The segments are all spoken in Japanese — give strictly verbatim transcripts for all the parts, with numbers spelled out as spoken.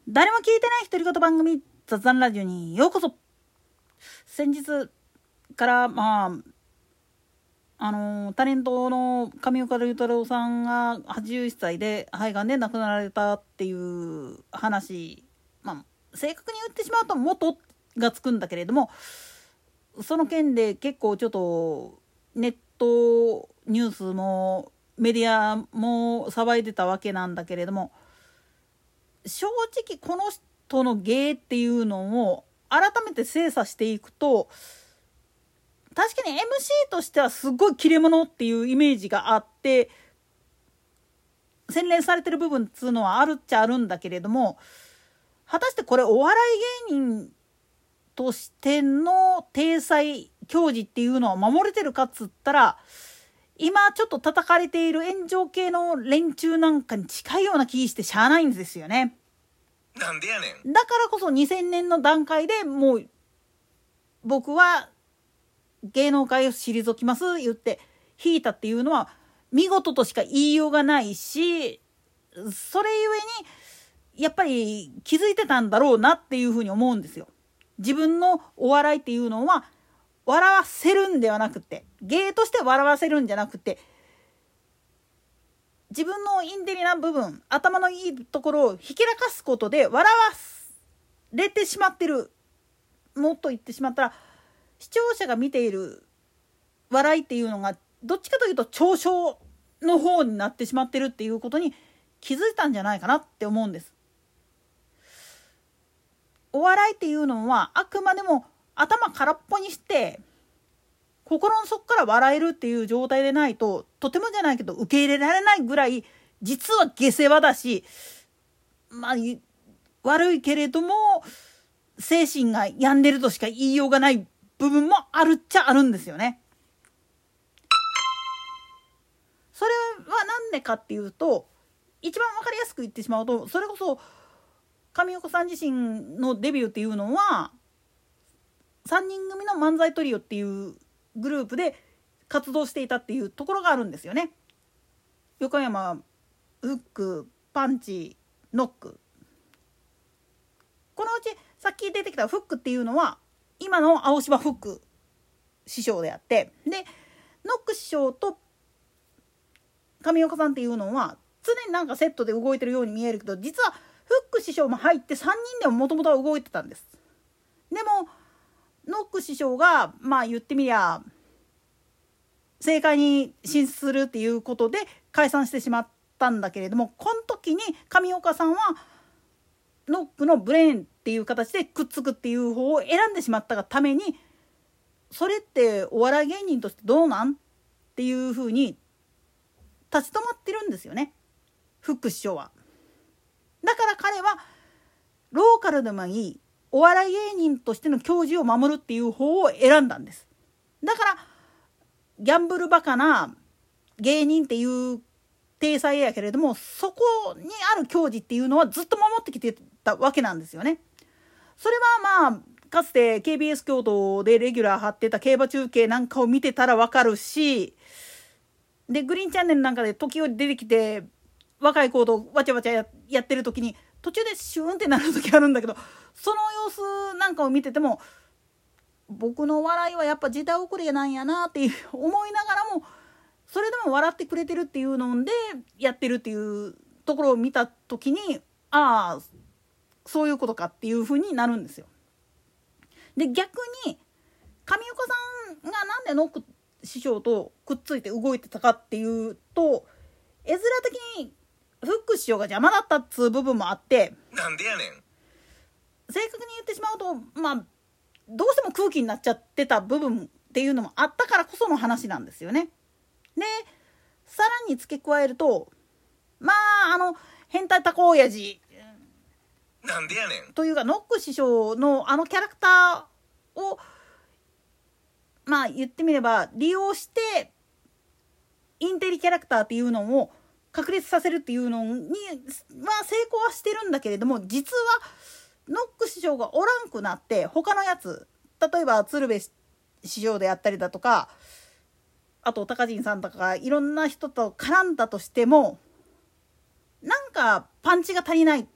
誰も聞いてない独り言番組雑談ラジオにようこそ。先日からまああのタレントの上岡龍太郎さんがはちじゅういっさいで肺がんで亡くなられたっていう話、まあ正確に言ってしまうと元がつくんだけれども、その件で結構ちょっとネットニュースもメディアも騒いでたわけなんだけれども、正直この人の芸っていうのを改めて精査していくと、確かに エムシー としてはすごい切れ者っていうイメージがあって洗練されてる部分っつうのはあるっちゃあるんだけれども、果たしてこれお笑い芸人としての体裁矜持っていうのは守れてるかっつったら、今ちょっと叩かれている炎上系の連中なんかに近いような気してしゃあないんですよね。 なんでやねん。 だからこそにせんねんの段階でもう僕は芸能界を退きます言って引いたっていうのは見事としか言いようがないし、それゆえにやっぱり気づいてたんだろうなっていうふうに思うんですよ。自分のお笑いっていうのは笑わせるんではなくて、芸として笑わせるんじゃなくて、自分のインテリな部分、頭のいいところをひけらかすことで笑われてしまってる。もっと言ってしまったら、視聴者が見ている笑いっていうのがどっちかというと嘲笑の方になってしまってるっていうことに気づいたんじゃないかなって思うんです。お笑いっていうのはあくまでも頭空っぽにして心の底から笑えるっていう状態でないと、とてもじゃないけど受け入れられないぐらい実は下世話だし、まあ悪いけれども精神が病んでるとしか言いようがない部分もあるっちゃあるんですよね。それはなんでかっていうと、一番わかりやすく言ってしまうと、それこそ上岡さん自身のデビューっていうのはさんにん組の漫才トリオっていうグループで活動していたっていうところがあるんですよね。横山、フック、パンチ、ノック。このうちさっき出てきたフックっていうのは今の青柴フック師匠であって、でノック師匠と上岡さんっていうのは常になんかセットで動いてるように見えるけど、実はフック師匠も入ってさんにんでももともとは動いてたんです。でもノック師匠がまあ言ってみりゃ政界に進出するっていうことで解散してしまったんだけれども、この時に上岡さんはノックのブレーンっていう形でくっつくっていう方を選んでしまったがために、それってお笑い芸人としてどうなんっていうふうに立ち止まってるんですよね、フック師匠は。だから彼はローカルでもいいお笑い芸人としての矜持を守るっていう方を選んだんです。だからギャンブルバカな芸人っていう体裁やけれども、そこにある矜持っていうのはずっと守ってきてたわけなんですよね。それはまあかつて ケービーエス 京都でレギュラー張ってた競馬中継なんかを見てたらわかるし、でグリーンチャンネルなんかで時折出てきて若い子とわちゃわちゃ や, やってる時に途中でシューンってなる時あるんだけど、その様子なんかを見てても僕の笑いはやっぱ時代遅れなんやなって思いながらも、それでも笑ってくれてるっていうのでやってるっていうところを見た時に、ああそういうことかっていう風になるんですよ。で逆に上岡さんがなんでノック師匠とくっついて動いてたかっていうと、絵面的にフック師匠が邪魔だったっつう部分もあって、 なんでやねん。 正確に言ってしまうとまあどうしても空気になっちゃってた部分っていうのもあったからこその話なんですよね。でさらに付け加えると、まああの変態タコ親父なんでやねんというかノック師匠のあのキャラクターをまあ言ってみれば利用してインテリキャラクターっていうのを確立させるっていうのには成功はしてるんだけれども、実はノック師匠がおらんくなって他のやつ、例えば鶴瓶師匠であったりだとか、あと高陣さんとかいろんな人と絡んだとしてもなんかパンチが足りない、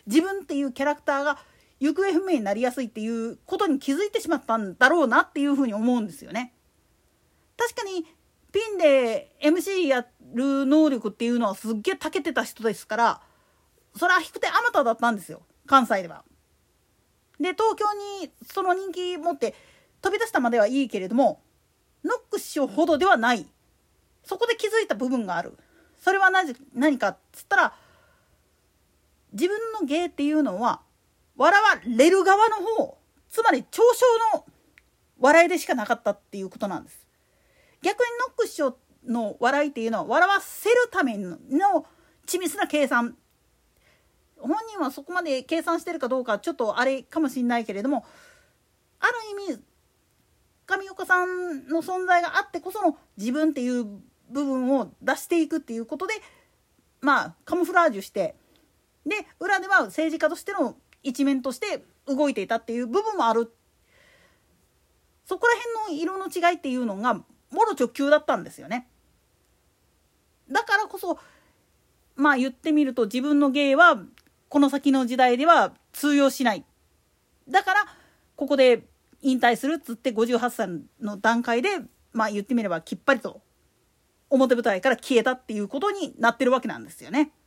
自分っていうキャラクターが行方不明になりやすいっていうことに気づいてしまったんだろうなっていうふうに思うんですよね。確かにピンで エムシー やる能力っていうのはすっげえ長けてた人ですから、それは引く手あまただったんですよ、関西では。で東京にその人気持って飛び出したまではいいけれども、ノック師匠ほどではない。そこで気づいた部分がある。それは何何かっつったら、自分の芸っていうのは笑われる側の方、つまり嘲笑の笑いでしかなかったっていうことなんです。逆にノック師匠の笑いっていうのは笑わせるための緻密な計算、本人はそこまで計算してるかどうかちょっとあれかもしれないけれども、ある意味上岡さんの存在があってこその自分っていう部分を出していくっていうことで、まあカモフラージュして、で裏では政治家としての一面として動いていたっていう部分もある。そこら辺の色の違いっていうのがもろ直球だったんですよね。だからこそまあ言ってみると、自分の芸はこの先の時代では通用しない。だからここで引退するっつってごじゅうはっさいの段階で、まあ言ってみればきっぱりと表舞台から消えたっていうことになってるわけなんですよね。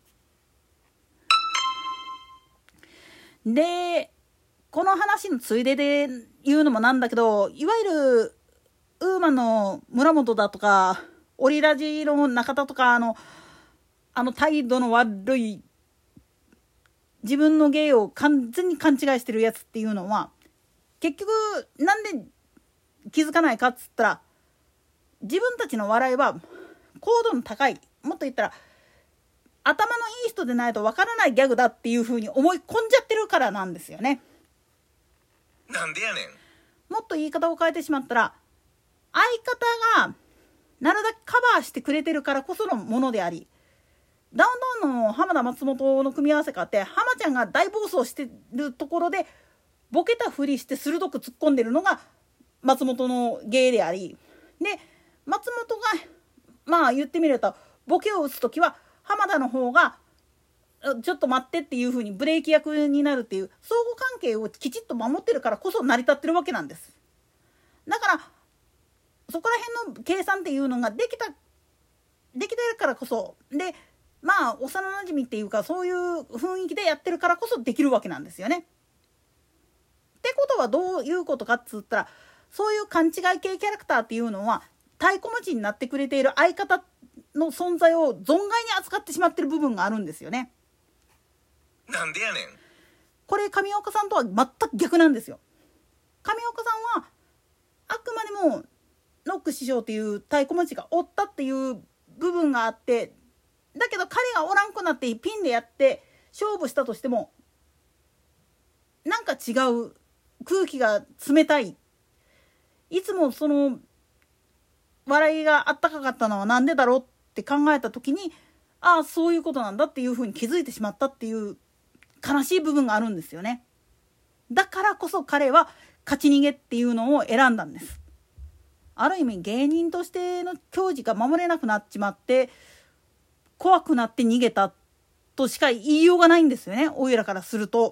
でこの話のついでで言うのもなんだけど、いわゆるウーマンの村本だとかオリラジの中田とか、あのあの態度の悪い自分の芸を完全に勘違いしてるやつっていうのは、結局なんで気づかないかっつったら、自分たちの笑いは高度の高い、もっと言ったら頭のいい人でないとわからないギャグだっていうふうに思い込んじゃってるからなんですよね。 なんでやねん。 もっと言い方を変えてしまったら、相方がなるだけカバーしてくれてるからこそのものであり、ダウンタウンの浜田松本の組み合わせかって、浜ちゃんが大暴走してるところでボケたふりして鋭く突っ込んでるのが松本の芸であり、で松本がまあ言ってみるとボケを打つときは浜田の方がちょっと待ってっていう風にブレーキ役になるっていう相互関係をきちっと守ってるからこそ成り立ってるわけなんです。だからそこら辺の計算っていうのができたできてるからこそで、まあ幼なじみっていうかそういう雰囲気でやってるからこそできるわけなんですよね。ってことはどういうことかっつったら、そういう勘違い系キャラクターっていうのは太鼓持ちになってくれている相方の存在を存外に扱ってしまってる部分があるんですよね。 なんでやねん。 これ上岡さんとは全く逆なんですよ。上岡さんはあくまでもノック師匠っていう太鼓持ちがおったっていう部分があって、だけど彼がおらんくなってピンでやって勝負したとしてもなんか違う空気が冷たい、いつもその笑いがあったかかったのはなんでだろうって考えた時に、ああそういうことなんだっていうふうに気づいてしまったっていう悲しい部分があるんですよね。だからこそ彼は勝ち逃げっていうのを選んだんです。ある意味芸人としての矜持が守れなくなっちまって怖くなって逃げたとしか言いようがないんですよね、おいらからすると。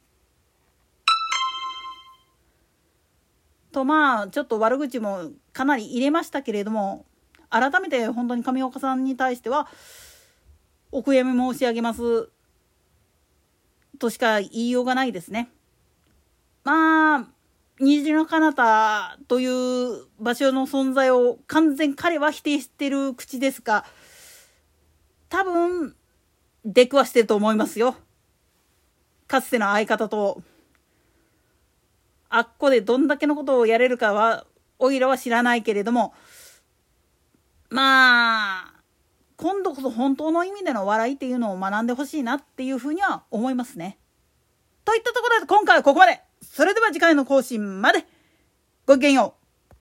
とまあちょっと悪口もかなり入れましたけれども、改めて本当に上岡さんに対してはお悔やみ申し上げますとしか言いようがないですね。まあ虹の彼方という場所の存在を完全彼は否定してる口ですが、多分出くわしてると思いますよ。かつての相方とあっこでどんだけのことをやれるかはおいらは知らないけれども、まあ今度こそ本当の意味での笑いっていうのを学んでほしいなっていうふうには思いますね。といったところで今回はここまで。それでは次回の更新まで。ごきげんよう。